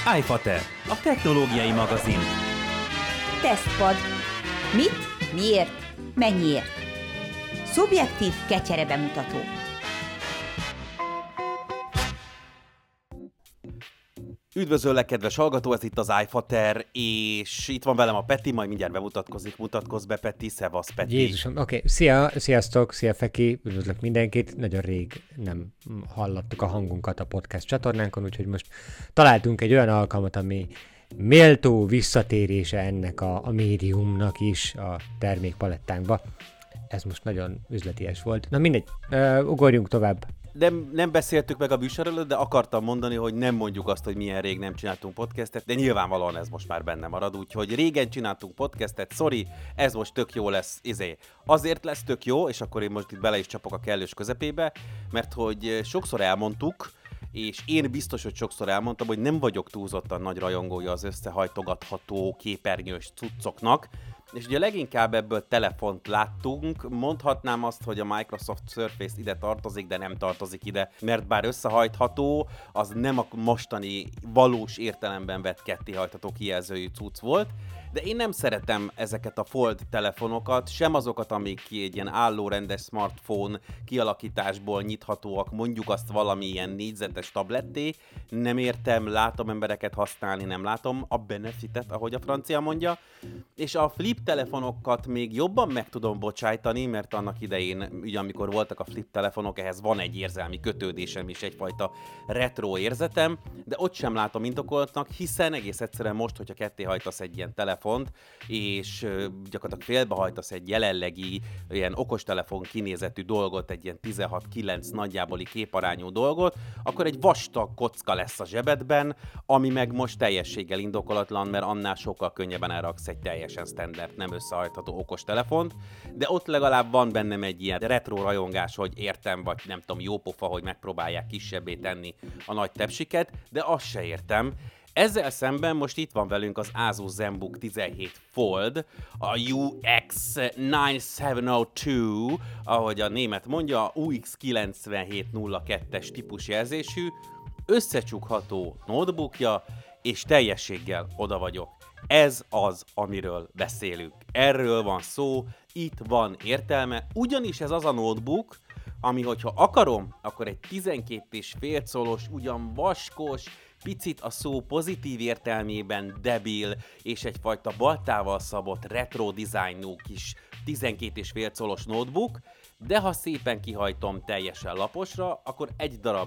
iFater, a technológiai magazin. Tesztpad. Mit, miért, mennyiért? Szubjektív ketyere bemutató. Üdvözöllek, kedves hallgató, ez itt az iFater, és itt van velem a Peti, majd mindjárt bemutatkozik. Mutatkozz be, Peti, szevasz, Peti. Jézusom, oké. Sziasztok, szia Feki, üdvözlök mindenkit. Nagyon rég nem hallottuk a hangunkat a podcast csatornánkon, úgyhogy most találtunk egy olyan alkalmat, ami méltó visszatérése ennek a médiumnak is a termékpalettánkba. Ez most nagyon üzleties volt. Na mindegy, ugorjunk tovább. Nem beszéltük meg a műsor előtt, de akartam mondani, hogy nem mondjuk azt, hogy milyen rég nem csináltunk podcastet, de nyilvánvalóan ez most már benne marad, úgyhogy régen csináltunk podcastet, sorry, ez most tök jó lesz, azért lesz tök jó, és akkor én most itt bele is csapok a kellős közepébe, mert hogy sokszor elmondtuk, és én biztos, hogy sokszor elmondtam, hogy nem vagyok túlzottan nagy rajongója az összehajtogatható képernyős cuccoknak, és ugye leginkább ebből telefont láttunk, mondhatnám azt, hogy a Microsoft Surface ide tartozik, de nem tartozik ide, mert bár összehajtható, az nem a mostani valós értelemben vett kettéhajtható kijelzőjű cucc volt, de én nem szeretem ezeket a fold telefonokat, sem azokat, amik egy ilyen állórendes smartphone kialakításból nyithatóak, mondjuk azt valami ilyen négyzetes tabletté, nem értem, látom embereket használni, nem látom a benefitet, ahogy a francia mondja, és a flip telefonokat még jobban meg tudom bocsájtani, mert annak idején, ugye amikor voltak a flip telefonok, ehhez van egy érzelmi kötődésem és egyfajta retro érzetem, de ott sem látom indokoltnak, hiszen egész egyszerűen most, hogyha kettéhajtasz egy ilyen telefont, és gyakorlatilag félbehajtasz egy jelenlegi ilyen okostelefon kinézetű dolgot, egy ilyen 16:9 nagyjáboli képarányú dolgot, akkor egy vastag kocka lesz a zsebedben, ami meg most teljességgel indokolatlan, mert annál sokkal könnyebben elraksz egy teljesen standard, nem összehajtható okostelefont, de ott legalább van bennem egy ilyen retro rajongás, hogy értem, vagy nem tudom, jópofa, hogy megpróbálják kisebbé tenni a nagy tepsiket, de azt se értem. Ezzel szemben most itt van velünk az Asus ZenBook 17 Fold, a UX9702, ahogy a német mondja, UX9702-es típusjelzésű, összecsukható notebookja, és teljességgel oda vagyok. Ez az, amiről beszélünk. Erről van szó, itt van értelme, ugyanis ez az a notebook, ami, hogyha akarom, akkor egy 12,5 colos, ugyan vaskos, picit a szó pozitív értelmében debil, és egyfajta baltával szabott retro dizájnú kis 12,5 colos notebook, de ha szépen kihajtom teljesen laposra, akkor egy darab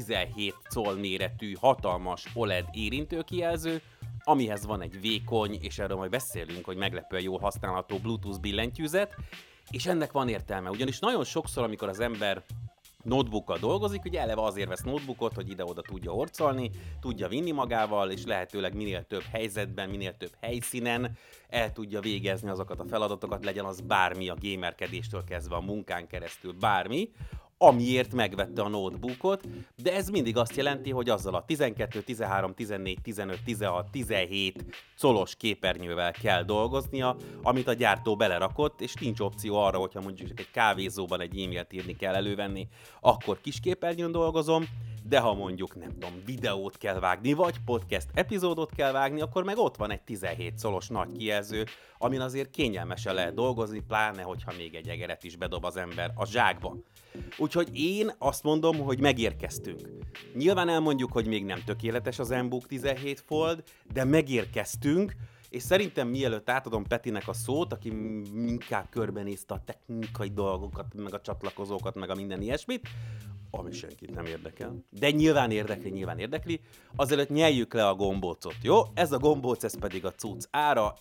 17 coll méretű hatalmas OLED érintőkijelző, amihez van egy vékony, és erről majd beszélünk, hogy meglepően jól használható Bluetooth billentyűzet, és ennek van értelme, ugyanis nagyon sokszor, amikor az ember notebookkal dolgozik, ugye eleve azért vesz notebookot, hogy ide-oda tudja horcolni, tudja vinni magával, és lehetőleg minél több helyzetben, minél több helyszínen el tudja végezni azokat a feladatokat, legyen az bármi, a gamerkedéstől kezdve a munkán keresztül bármi, amiért megvette a notebookot, de ez mindig azt jelenti, hogy azzal a 12, 13, 14, 15, 16, 17 colos képernyővel kell dolgoznia, amit a gyártó belerakott, és nincs opció arra, hogyha mondjuk egy kávézóban egy e-mailt írni kell elővenni, akkor kis képernyőn dolgozom, de ha mondjuk, nem tudom, videót kell vágni, vagy podcast epizódot kell vágni, akkor meg ott van egy 17 colos nagy kijelző, amin azért kényelmesen lehet dolgozni, pláne, hogyha még egy egeret is bedob az ember a zsákba. Úgyhogy én azt mondom, hogy megérkeztünk. Nyilván elmondjuk, hogy még nem tökéletes az ZenBook 17 Fold, de megérkeztünk, és szerintem mielőtt átadom Petinek a szót, aki inkább körbenézte a technikai dolgokat, meg a csatlakozókat, meg a minden ilyesmit, ami senkit nem érdekel. De nyilván érdekli, azelőtt nyeljük le a gombócot, jó? Ez a gombóc, ez pedig a cucc ára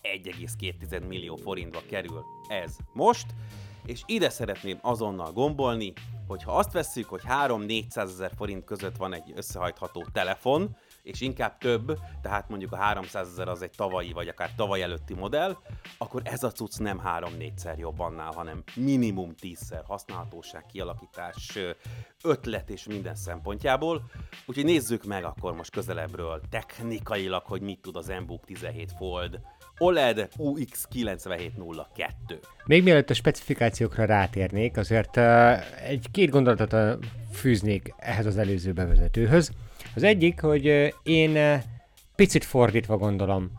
1,2 millió forintba kerül ez most, és ide szeretném azonnal gombolni, hogy ha azt vesszük, hogy 3-400 ezer forint között van egy összehajtható telefon, és inkább több, tehát mondjuk a 300 ezer az egy tavalyi, vagy akár tavaly előtti modell, akkor ez a cucc nem 3-4-szer jobb annál, hanem minimum 10-szer használhatóság, kialakítás, ötlet és minden szempontjából. Úgyhogy nézzük meg akkor most közelebbről technikailag, hogy mit tud a ZenBook 17 Fold OLED UX9702. Még mielőtt a specifikációkra rátérnék, azért egy-két gondolatot fűznék ehhez az előző bevezetőhöz. Az egyik, hogy én picit fordítva gondolom,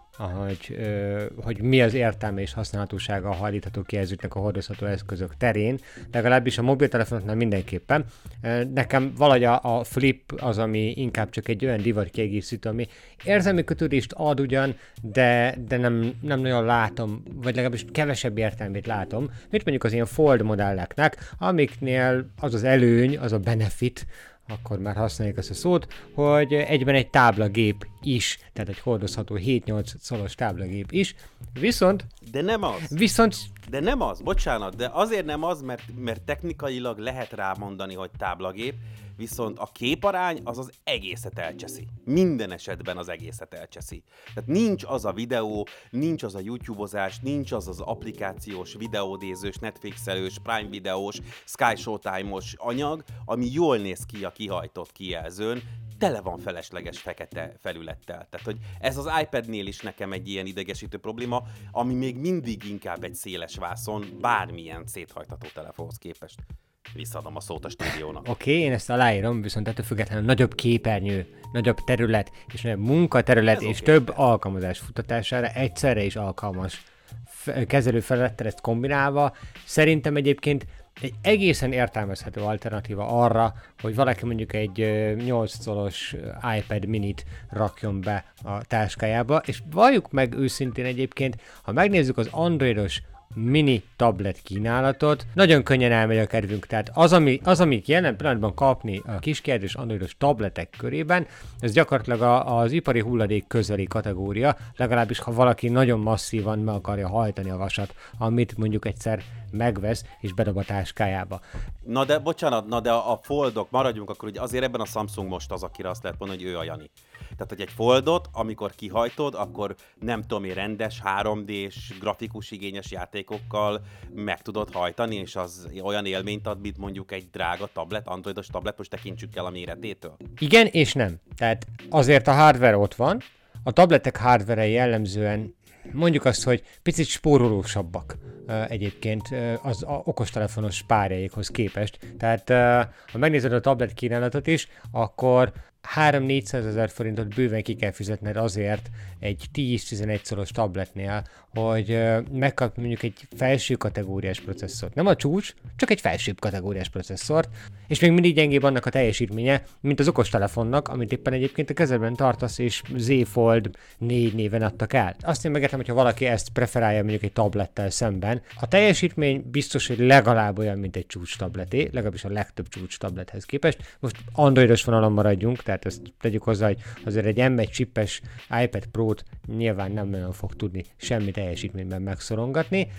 hogy mi az értelme és használhatósága a hajlítható kijelzőknek a hordozható eszközök terén, legalábbis a mobiltelefonoknál mindenképpen. Nekem valahogy a Flip az, ami inkább csak egy olyan divat kiegészítő, ami érzelmi kötődést ad ugyan, de nem nagyon látom, vagy legalábbis kevesebb értelmét látom, mint mondjuk az ilyen Fold modelleknek, amiknél az az előny, az a benefit, akkor már használjuk ezt a szót, hogy egyben egy táblagép is, tehát egy hordozható 7-8 szolos táblagép is, viszont... De nem az. De nem az, bocsánat, de azért nem az, mert technikailag lehet rá mondani, hogy táblagép, viszont a képarány az egészet elcseszi. Minden esetben az egészet elcseszi. Tehát nincs az a videó, nincs az a YouTube-ozás, nincs az applikációs, videódézős, Netflixelős, Prime videós, Sky Showtime-os anyag, ami jól néz ki a kihajtott kijelzőn, tele van felesleges fekete felülettel. Tehát, hogy ez az iPadnél is nekem egy ilyen idegesítő probléma, ami még mindig inkább egy széles vászon, bármilyen széthajtható telefonhoz képest. Visszaadom a szót a stúdiónak. Oké, én ezt aláírom, viszont ettől függetlenül nagyobb képernyő, nagyobb terület, és nagyobb munkaterület, és több alkalmazás futtatására egyszerre is alkalmas kezelőfelülettel ezt kombinálva. Szerintem egyébként egy egészen értelmezhető alternatíva arra, hogy valaki mondjuk egy 8 szolos iPad minit rakjon be a táskájába, és valljuk meg őszintén egyébként, ha megnézzük az androidos mini tablet kínálatot, nagyon könnyen elmegy a kedvünk. Tehát az, amit jelen pillanatban kapni a kiskérdés androidos tabletek körében, ez gyakorlatilag az ipari hulladék közeli kategória, legalábbis ha valaki nagyon masszívan meg akarja hajtani a vasat, amit mondjuk egyszer megvesz és bedob a táskájába. Na de bocsánat, de a Foldok, maradjunk akkor, ugye azért ebben a Samsung most az, akire azt lehet mondani, hogy ő a Jani. Tehát, hogy egy Foldot, amikor kihajtod, akkor nem tudom én, rendes, 3D-s, grafikus igényes játékokkal meg tudod hajtani, és az olyan élményt ad, mint mondjuk egy drága tablet, androidos tablet, most tekintsük el a méretétől. Igen és nem. Tehát azért a hardware ott van, a tabletek hardware-ei jellemzően mondjuk azt, hogy picit spórolósabbak egyébként az okostelefonos párjaikhoz képest. Tehát ha megnézed a tablet kínálatot is, akkor 3-400 ezer forintot bőven ki kell fizetned azért egy 10-11 szoros tabletnél, hogy megkap mondjuk egy felső kategóriás processzort. Nem a csúcs, csak egy felsőbb kategóriás processzort, és még mindig gyengébb annak a teljesítménye, mint az okostelefonnak, amit éppen egyébként a kezedben tartasz, és Z Fold 4 néven adtak el. Azt én megértem, hogyha valaki ezt preferálja mondjuk egy tablettel szemben. A teljesítmény biztos, hogy legalább olyan, mint egy csúcs tableté, legalábbis a legtöbb csúcs tablethez képest. Most androidos vonalon maradjunk, tehát ezt tegyük hozzá, hogy azért egy M1 chippes iPad Pro-t nyilván nem nagyon fog tudni semmi teljesítményben megszorongatni,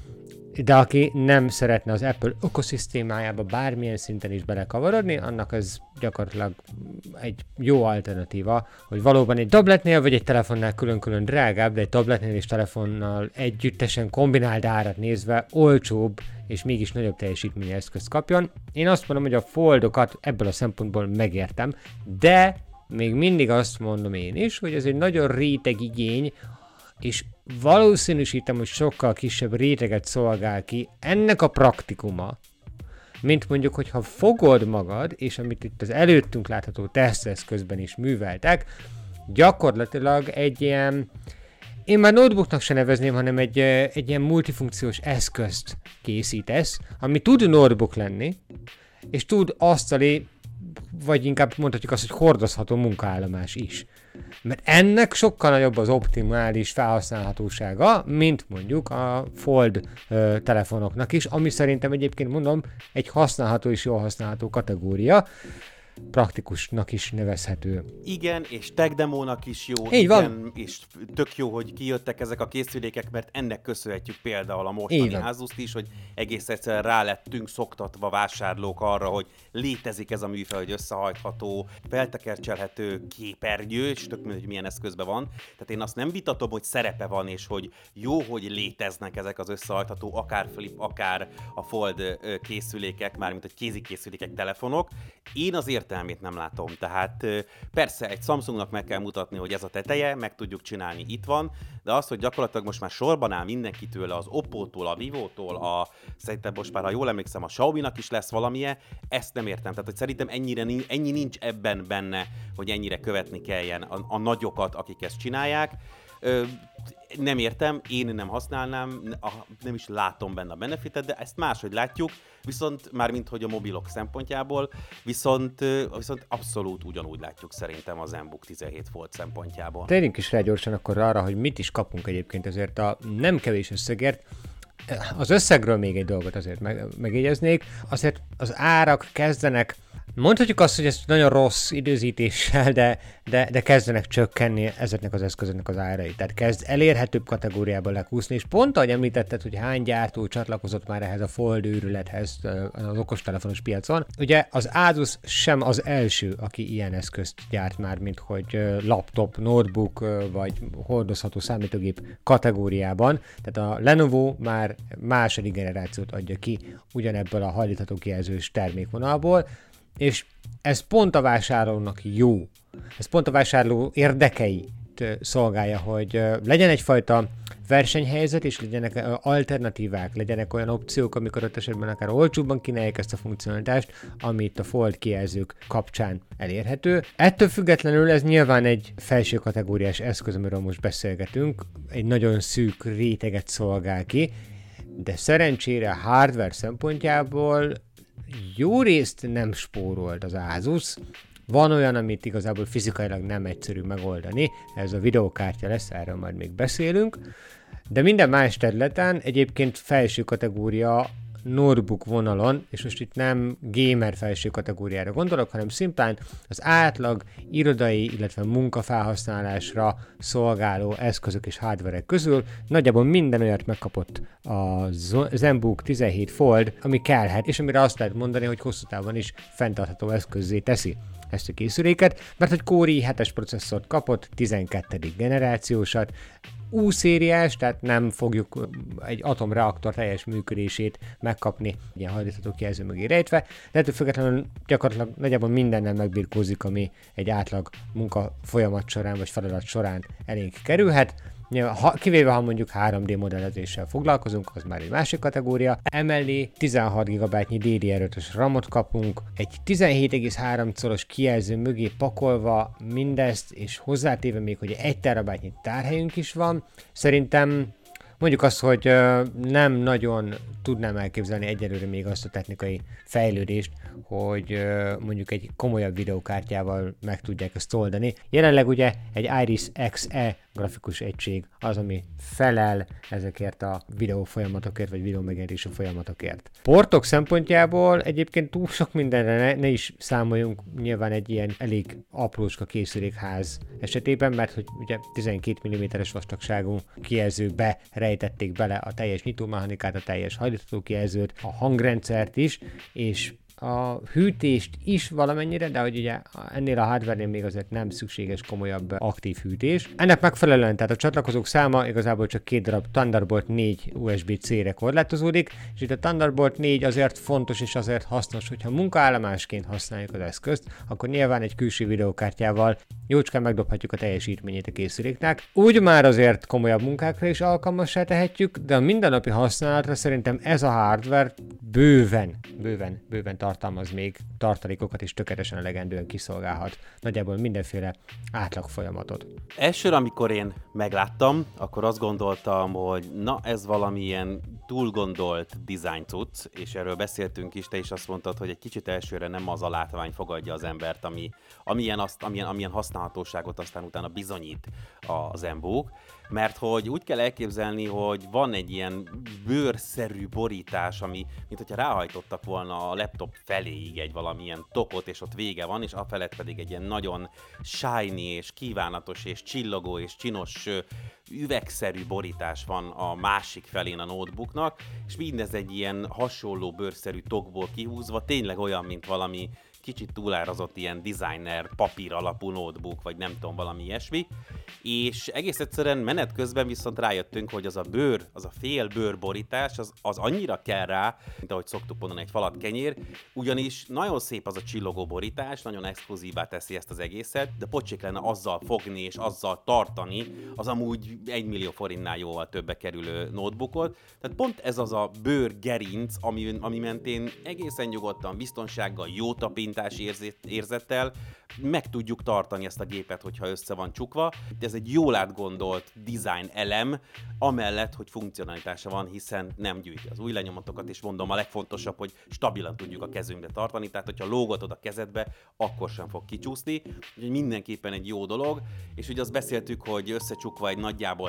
de aki nem szeretne az Apple ökoszisztémájába bármilyen szinten is belekavarodni, annak ez gyakorlatilag egy jó alternatíva, hogy valóban egy tabletnél vagy egy telefonnál külön-külön drágább, de egy tabletnél és telefonnal együttesen kombinált árat nézve olcsóbb és mégis nagyobb teljesítményű eszközt kapjon. Én azt mondom, hogy a Foldokat ebből a szempontból megértem, de még mindig azt mondom én is, hogy ez egy nagyon réteg igény, és valószínűsítem, hogy sokkal kisebb réteget szolgál ki ennek a praktikuma, mint mondjuk, hogyha fogod magad, és amit itt az előttünk látható teszteszközben is műveltek, gyakorlatilag egy ilyen, én már notebooknak se nevezném, hanem egy ilyen multifunkciós eszközt készítesz, ami tud notebook lenni, és tud asztali, vagy inkább mondhatjuk azt, hogy hordozható munkaállomás is. Mert ennek sokkal nagyobb az optimális felhasználhatósága, mint mondjuk a Fold telefonoknak is, ami szerintem egyébként mondom, egy használható és jól használható kategória, praktikusnak is nevezhető. Igen, és tech demónak is jó, így igen, van. És tök jó, hogy kijöttek ezek a készülékek, mert ennek köszönhetjük például a mostani Asuszt is, hogy egész egyszerűen rá lettünk szoktatva vásárlók arra, hogy létezik ez a műfaj, hogy összehajtható, feltekercselhető képernyő, és tök mindegy, hogy milyen eszközben van. Tehát én azt nem vitatom, hogy szerepe van, és hogy jó, hogy léteznek ezek az összehajtható, akár Flip, akár a Fold készülékek, mármint hogy kézikészülékek, telefonok. Én azért értelmét nem látom. Tehát persze egy Samsungnak meg kell mutatni, hogy ez a teteje, meg tudjuk csinálni, itt van, de az, hogy gyakorlatilag most már sorban áll mindenki tőle, az Oppo-tól, a Vivo-tól, szerintem most már, ha jól emlékszem, a Xiaomi-nak is lesz valamilyen, ezt nem értem. Tehát, hogy szerintem ennyi nincs ebben benne, hogy ennyire követni kelljen a nagyokat, akik ezt csinálják. Nem értem, én nem használnám, nem is látom benne a benefitet, de ezt máshogy látjuk, viszont mármint hogy a mobilok szempontjából, viszont abszolút ugyanúgy látjuk szerintem az ZenBook 17 Fold szempontjából. Térjünk is rá gyorsan akkor arra, hogy mit is kapunk egyébként ezért a nem kevés összegért. Az összegről még egy dolgot azért megjegyeznék, azért az árak kezdenek, mondhatjuk azt, hogy ez nagyon rossz időzítéssel, de kezdenek csökkenni ezeknek az eszközöknek az árai. Tehát kezd elérhetőbb kategóriába lekúszni, és pont ahogy említetted, hogy hány gyártó csatlakozott már ehhez a Fold őrülethez az okostelefonos piacon. Ugye az Asus sem az első, aki ilyen eszközt gyárt már, mint hogy laptop, notebook vagy hordozható számítógép kategóriában. Tehát a Lenovo már második generációt adja ki ugyanebből a hajlítható kijelzős termékvonalból, és ez pont a vásárlónak jó. Ez pont a vásárló érdekeit szolgálja, hogy legyen egyfajta versenyhelyzet, és legyenek alternatívák, legyenek olyan opciók, amikor ott esetben akár olcsóbban kínálják ezt a funkcionalitást, amit a Fold kijelzők kapcsán elérhető. Ettől függetlenül ez nyilván egy felső kategóriás eszköz, amiről most beszélgetünk, egy nagyon szűk réteget szolgál ki, de szerencsére a hardware szempontjából jó részt nem spórolt az Asus. Van olyan, amit igazából fizikailag nem egyszerű megoldani, ez a videókártya lesz, erről majd még beszélünk, de minden más területen egyébként felső kategória notebook vonalon, és most itt nem gamer felső kategóriára gondolok, hanem szimplán az átlag irodai, illetve munkafelhasználásra szolgáló eszközök és hardverek közül nagyjából minden olyat megkapott a ZenBook 17 Fold, ami kellhet, és amire azt lehet mondani, hogy hosszú távon is fenntartható eszközzé teszi ezt a készüléket, mert hogy Core i7-es processzort kapott, 12. generációsat, U-szériás, tehát nem fogjuk egy atomreaktor teljes működését megkapni ilyen hajlítható kijelző mögé rejtve, de ettől függetlenül gyakorlatilag nagyjából mindennel megbirkózik, ami egy átlag munka folyamat során vagy feladat során elénk kerülhet. Kivéve, ha mondjuk 3D modellezéssel foglalkozunk, az már egy másik kategória. Emellé 16 GB DDR5-ös RAM-ot kapunk, egy 17,3 colos kijelző mögé pakolva mindezt, és hozzátéve még, hogy 1 TB tárhelyünk is van. Szerintem mondjuk azt, hogy nem nagyon tudnám elképzelni egyelőre még azt a technikai fejlődést, hogy mondjuk egy komolyabb videókártyával meg tudják ezt oldani. Jelenleg ugye egy Iris Xe grafikus egység az, ami felel ezekért a videó folyamatokért, vagy videó megjelenítési folyamatokért. Portok szempontjából egyébként túl sok mindenre ne is számoljunk, nyilván egy ilyen elég aprócska készülékház esetében, mert hogy ugye 12 mm-es vastagságú kijelzőbe rejtették bele a teljes nyitómechanikát, a teljes hajlítható kijelzőt, a hangrendszert is, és a hűtést is valamennyire, de hogy ugye ennél a hardware-nél még azért nem szükséges komolyabb aktív hűtés. Ennek megfelelően, tehát a csatlakozók száma igazából csak 2 darab Thunderbolt 4 USB-C-re korlátozódik, és itt a Thunderbolt 4 azért fontos és azért hasznos, hogyha munkaállomásként használjuk az eszközt, akkor nyilván egy külső videókártyával jócskán megdobhatjuk a teljesítményét a készüléknek. Úgy már azért komolyabb munkákra is alkalmassá tehetjük, de a mindennapi használatra szerintem ez a hardware bőven tartalmaz még tartalékokat, és tökéletesen elegendően kiszolgálhat nagyjából mindenféle átlag folyamatot. Elsőre, amikor én megláttam, akkor azt gondoltam, hogy na, ez valamilyen túlgondolt design cucc, és erről beszéltünk is, te is azt mondtad, hogy egy kicsit elsőre nem az a látvány fogadja az embert, amilyen használhatóságot aztán utána bizonyít a ZenBook, mert hogy úgy kell elképzelni, hogy van egy ilyen bőrszerű borítás, ami, mint hogyha ráhajtottak volna a laptop feléig egy valamilyen tokot, és ott vége van, és afelett pedig egy ilyen nagyon shiny és kívánatos és csillogó és csinos üvegszerű borítás van a másik felén a notebooknak, és mindez egy ilyen hasonló bőrszerű tokból kihúzva, tényleg olyan, mint valami kicsit túlárazott ilyen designer, papír alapú notebook, vagy nem tudom, valami ilyesmi, és egész egyszerűen menet közben viszont rájöttünk, hogy az a bőr, az a fél bőrborítás, az annyira kell rá, mint ahogy szoktuk mondani, egy falat kenyér, ugyanis nagyon szép az a csillogó borítás, nagyon exkluzívá teszi ezt az egészet, de pocsék lenne azzal fogni és azzal tartani az amúgy 1 millió forintnál jóval többe kerülő notebookot. Tehát pont ez az a bőr gerinc, ami mentén egészen nyugodtan, biztonsággal, jó tapintási érzettel meg tudjuk tartani ezt a gépet, hogyha össze van csukva. Ez egy jól átgondolt design elem, amellett, hogy funkcionalitása van, hiszen nem gyűjti az új lenyomatokat, és mondom, a legfontosabb, hogy stabilan tudjuk a kezünkbe tartani, tehát hogyha lógatod a kezedbe, akkor sem fog kicsúszni, úgyhogy mindenképpen egy jó dolog, és ugye azt beszéltük, hogy összecsukva egy nagyjából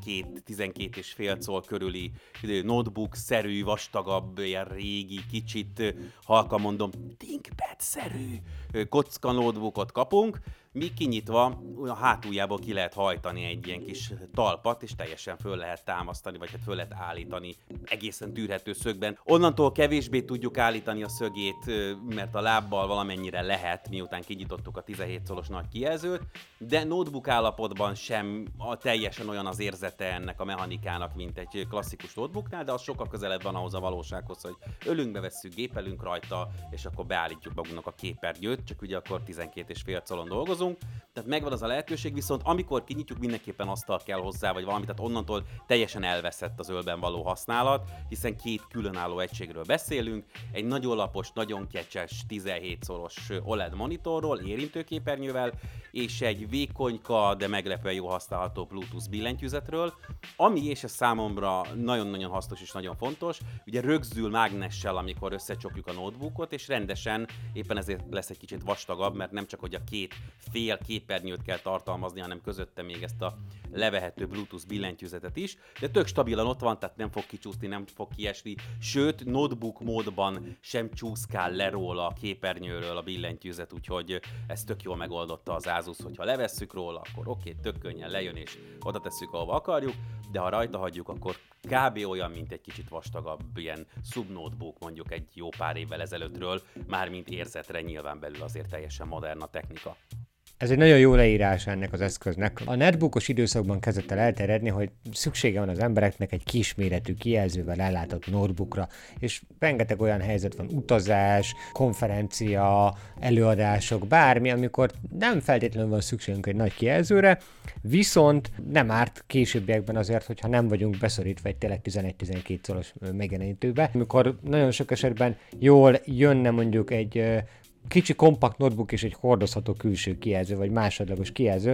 12 és fél coll körüli notebook-szerű, vastagabb, ilyen régi, kicsit, halkan mondom, ThinkPad-szerű kocka notebookot kapunk, míg kinyitva a hátuljából ki lehet hajtani egy ilyen kis talpat, és teljesen föl lehet támasztani, vagy hát föl lehet állítani egészen tűrhető szögben. Onnantól kevésbé tudjuk állítani a szögét, mert a lábbal valamennyire lehet, miután kinyitottuk a 17 collos nagy kijelzőt, de notebook állapotban sem teljesen olyan az érzete ennek a mechanikának, mint egy klasszikus notebooknál, de az sokkal közelebb van ahhoz a valósághoz, hogy ölünkbe vesszük, gépelünk rajta, és akkor beállítjuk magunknak a képernyőt, csak ugye akkor 12,5 collon dolgozunk. Tehát megvan az a lehetőség, viszont amikor kinyitjuk, mindenképpen asztal kell hozzá, vagy valami, tehát onnantól teljesen elveszett az ölben való használat, hiszen két különálló egységről beszélünk, egy nagyon lapos, nagyon kecses 17 collos OLED monitorról, érintőképernyővel, és egy vékonyka, de meglepően jó használható Bluetooth billentyűzetről, ami, és ez számomra nagyon-nagyon hasznos és nagyon fontos, ugye rögzül mágnessel, amikor összecsukjuk a notebookot, és rendesen, éppen ezért lesz egy kicsit vastagabb, mert nem csak, hogy a két fél képernyőt kell tartalmazni, hanem közötte még ezt a levehető Bluetooth billentyűzetet is, de tök stabilan ott van, tehát nem fog kicsúszni, nem fog kiesni, sőt, notebook módban sem csúszkál le róla a képernyőről a billentyűzet, úgyhogy ez tök jól megoldotta az Asus, hogyha levesszük róla, akkor oké, tök könnyen lejön és oda tesszük, ahova akarjuk, de ha rajta hagyjuk, akkor kb. Olyan, mint egy kicsit vastagabb ilyen subnotebook mondjuk egy jó pár évvel ezelőttről, mármint érzetre, nyilván belül azért teljesen modern a technika. Ez egy nagyon jó leírás ennek az eszköznek. A netbookos időszakban kezdett el elterjedni, hogy szüksége van az embereknek egy kisméretű kijelzővel ellátott notebookra, és rengeteg olyan helyzet van, utazás, konferencia, előadások, bármi, amikor nem feltétlenül van szükségünk egy nagy kijelzőre, viszont nem árt későbbiekben azért, hogyha nem vagyunk beszorítva egy tényleg 11-12 collos megjelenítőbe, amikor nagyon sok esetben jól jönne mondjuk egy kicsi kompakt notebook és egy hordozható külső kijelző, vagy másodlagos kijelző.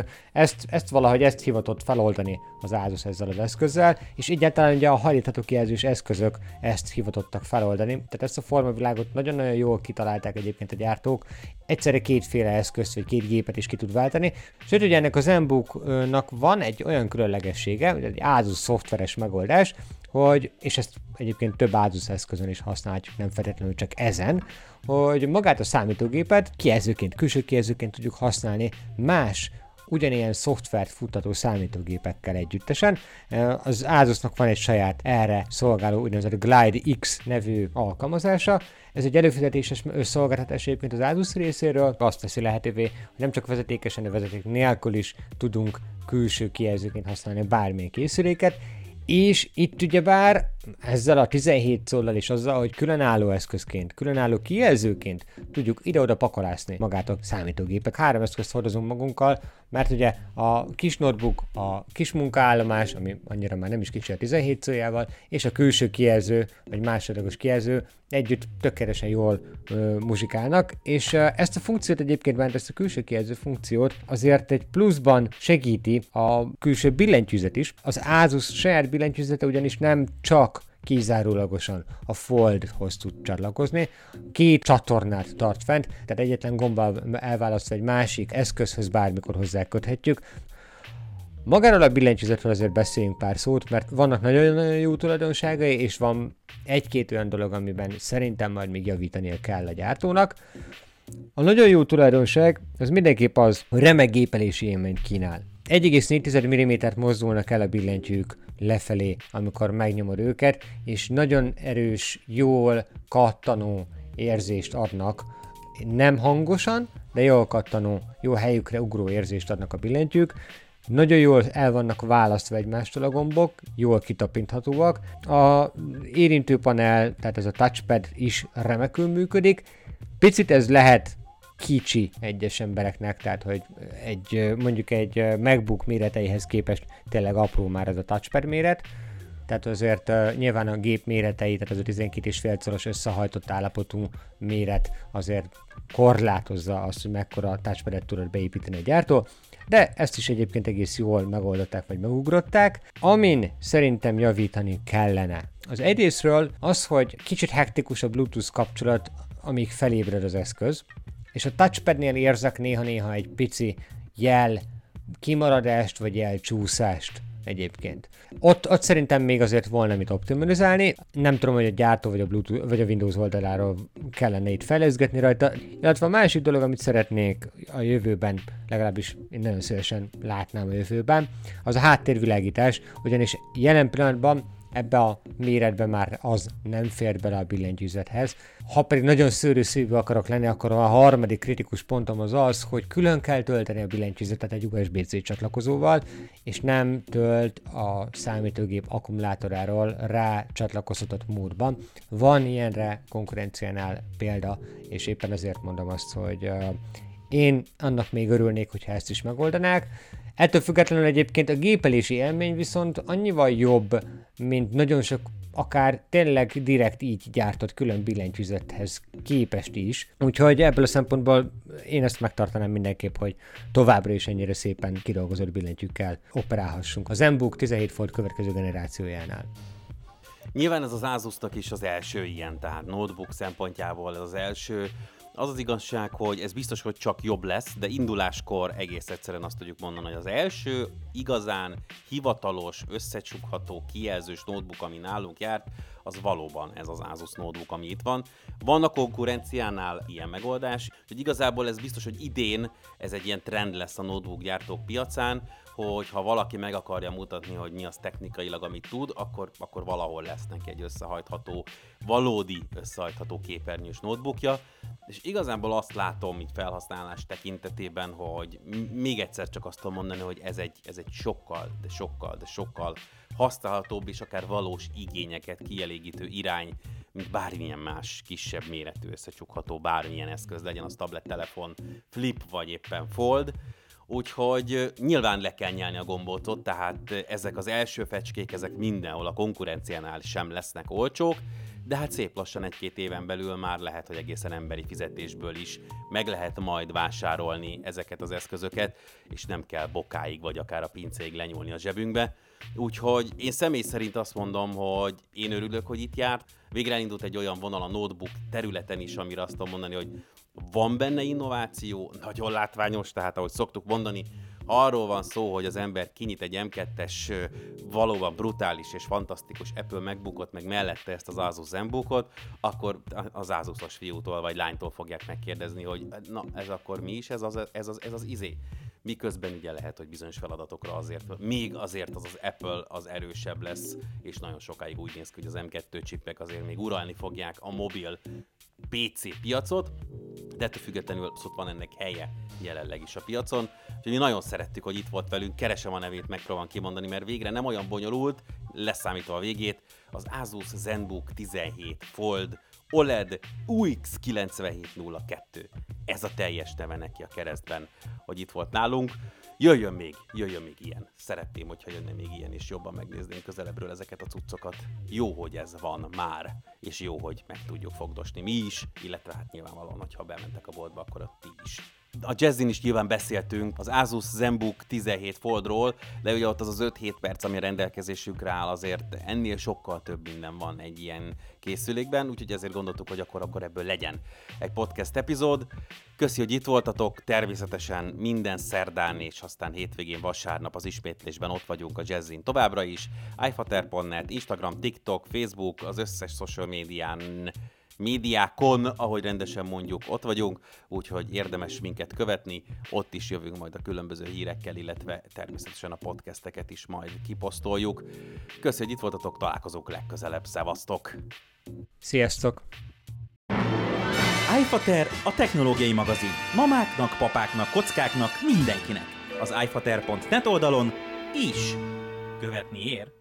Ezt hivatott feloldani az Asus ezzel az eszközzel, és egyáltalán ugye a hajlítható kijelzős eszközök ezt hivatottak feloldani. Tehát ezt a formavilágot nagyon-nagyon jól kitalálták egyébként a gyártók. Egyszerre kétféle eszközt, vagy két gépet is ki tud váltani. Sőt, ugye ennek a ZenBook-nak van egy olyan különlegessége, hogy egy Asus szoftveres megoldás, és ezt egyébként több Asus eszközön is használhatjuk, nem feltétlenül csak ezen, hogy magát a számítógépet kijelzőként, külső kijelzőként tudjuk használni más ugyanilyen szoftvert futtató számítógépekkel együttesen. Az Asusnak van egy saját erre szolgáló úgynevezett Glide X nevű alkalmazása. Ez egy előfizetéses szolgáltatás egyébként az Asus részéről, azt teszi lehetővé, hogy nem csak vezetékesen, de vezeték nélkül is tudunk külső kijelzőként használni bármilyen készüléket, és itt ugyebár ezzel a 17 collal és azzal, hogy különálló eszközként, különálló kijelzőként tudjuk ide-oda pakolászni magát a számítógépek. 3 eszközt hordozunk magunkkal, mert ugye a kis notebook, a kis munkaállomás, ami annyira már nem is kicsi a 17 colljával, és a külső kijelző, vagy másodlagos kijelző együtt tökéletesen jól muzsikálnak, és ezt a funkciót egyébként, mert ezt a külső kijelző funkciót azért egy pluszban segíti a külső billentyűzet is. Az Asus saját billentyűzete ugyanis nem csak kizárólagosan a Foldhoz tud csatlakozni. 2 csatornát tart fent, tehát egyetlen gombbal elválasztva egy másik eszközhöz bármikor hozzáköthetjük. Magáról a billentyűzetről azért beszéljünk pár szót, mert vannak nagyon-nagyon jó tulajdonságai, és van egy-két olyan dolog, amiben szerintem majd még javítania kell a gyártónak. A nagyon jó tulajdonság az mindenképp az, hogy remek gépelési élményt kínál. 1,4 mm mozdulnak el a billentyűk lefelé, amikor megnyomod őket, és nagyon erős, jól kattanó érzést adnak, nem hangosan, de jól kattanó, jó helyükre ugró érzést adnak a billentyűk. Nagyon jól el vannak választva egymástól a gombok, jól kitapinthatóak. A érintőpanel, tehát ez a touchpad is remekül működik. Picit ez lehet kicsi egyes embereknek, tehát hogy mondjuk egy MacBook méreteihez képest tényleg apró már ez a touchpad méret. Tehát azért nyilván a gép méretei, tehát az a 12,5 szoros összehajtott állapotú méret azért korlátozza azt, hogy mekkora touchpadet tudod beépíteni a gyártó, de ezt is egyébként egész jól megoldották, vagy megugrották. Amin szerintem javítani kellene, az egyrészről az, hogy kicsit hektikus a Bluetooth kapcsolat, amíg felébred az eszköz, és a touchpadnél érzek néha-néha egy pici jel kimaradást, vagy jel csúszást egyébként. Ott szerintem még azért volna mit optimalizálni. Nem tudom, hogy a gyártó vagy a Bluetooth, vagy a Windows oldaláról kellene itt fejleszgetni rajta. Illetve a másik dolog, amit szeretnék a jövőben, legalábbis én nagyon szívesen látnám a jövőben, az a háttérvilágítás, ugyanis jelen pillanatban ebbe a méretbe már az nem fér bele a billentyűzethez. Ha pedig nagyon szőrű akarok lenni, akkor a harmadik kritikus pontom az, hogy külön kell tölteni a billentyűzetet egy USB-C csatlakozóval, és nem tölt a számítógép akkumulátoráról rá csatlakoztatott módban. Van ilyenre konkurenciánál példa, és éppen ezért mondom azt, hogy én annak még örülnék, hogyha ezt is megoldanák. Ettől függetlenül egyébként a gépelési élmény viszont annyival jobb, mint nagyon sok akár tényleg direkt így gyártott külön billentyűzethez képest is. Úgyhogy ebből a szempontból én ezt megtartanám mindenképp, hogy továbbra is ennyire szépen kidolgozott billentyűkkel operálhassunk a ZenBook 17 Fold következő generációjánál. Nyilván ez az Asusnak is az első ilyen, tehát notebook szempontjából ez az első. Az az igazság, hogy ez biztos, hogy csak jobb lesz, de induláskor egész egyszerűen azt tudjuk mondani, hogy az első igazán hivatalos, összecsukható, kijelzős notebook, ami nálunk járt, az valóban ez az Asus notebook, ami itt van. Van a konkurenciánál ilyen megoldás, hogy igazából ez biztos, hogy idén ez egy ilyen trend lesz a notebook gyártók piacán, hogy ha valaki meg akarja mutatni, hogy mi az technikailag, amit tud, akkor valahol lesz neki egy összehajtható, valódi összehajtható képernyős notebookja. És igazából azt látom így felhasználás tekintetében, hogy még egyszer csak azt tudom mondani, hogy ez egy sokkal használhatóbb és akár valós igényeket kielégítő irány, mint bármilyen más kisebb méretű összecsukható bármilyen eszköz, legyen az tablet, telefon, flip vagy éppen fold. Úgyhogy nyilván le kell nyelni a gombócot, tehát ezek az első fecskék, ezek mindenhol a konkurenciánál sem lesznek olcsók, de hát szép lassan 1-2 éven belül már lehet, hogy egészen emberi fizetésből is meg lehet majd vásárolni ezeket az eszközöket, és nem kell bokáig vagy akár a pincéig lenyúlni a zsebünkbe. Úgyhogy én személy szerint azt mondom, hogy én örülök, hogy itt járt. Végre elindult egy olyan vonal a notebook területen is, amire azt tudom mondani, hogy van benne innováció, nagyon látványos, tehát ahogy szoktuk mondani, arról van szó, hogy az ember kinyit egy M2-es valóban brutális és fantasztikus Apple MacBookot, meg mellette ezt az Asus ZenBookot, akkor az Asusos fiútól vagy lánytól fogják megkérdezni, hogy na ez akkor mi is, ez az izé. Miközben ugye lehet, hogy bizonyos feladatokra azért, még azért az Apple az erősebb lesz, és nagyon sokáig úgy néz ki, hogy az M2 csipek azért még uralni fogják a mobil PC piacot, de ettől függetlenül ott van ennek helye jelenleg is a piacon. Úgyhogy mi nagyon szerettük, hogy itt volt velünk, keresem a nevét, megpróbálom kimondani, mert végre nem olyan bonyolult, leszámítva a végét, az Asus ZenBook 17 Fold OLED UX9702. Ez a teljes neve neki a keresztben, hogy itt volt nálunk. Jöjjön még ilyen. Szeretném, hogyha jönne még ilyen, és jobban megnézném közelebbről ezeket a cuccokat. Jó, hogy ez van már, és jó, hogy meg tudjuk fogdosni mi is, illetve hát nyilvánvalóan, hogyha bementek a boltba, akkor ott ti is. A Jazzin is nyilván beszéltünk az Asus ZenBook 17 Foldról, de ugye ott az 5-7 perc, ami a rendelkezésünkre áll, azért ennél sokkal több minden van egy ilyen készülékben, úgyhogy ezért gondoltuk, hogy akkor ebből legyen egy podcast epizód. Köszi, hogy itt voltatok, természetesen minden szerdán és aztán hétvégén vasárnap az ismétlésben ott vagyunk a Jazzin továbbra is, iFater.net, Instagram, TikTok, Facebook, az összes social médiákon, ahogy rendesen mondjuk, ott vagyunk, úgyhogy érdemes minket követni, ott is jövünk majd a különböző hírekkel, illetve természetesen a podcasteket is majd kiposztoljuk. Köszönjük, hogy itt voltatok, találkozunk legközelebb, szevasztok! Sziasztok! iFater a technológiai magazin. Mamáknak, papáknak, kockáknak, mindenkinek. Az iFater.net oldalon is követni ér.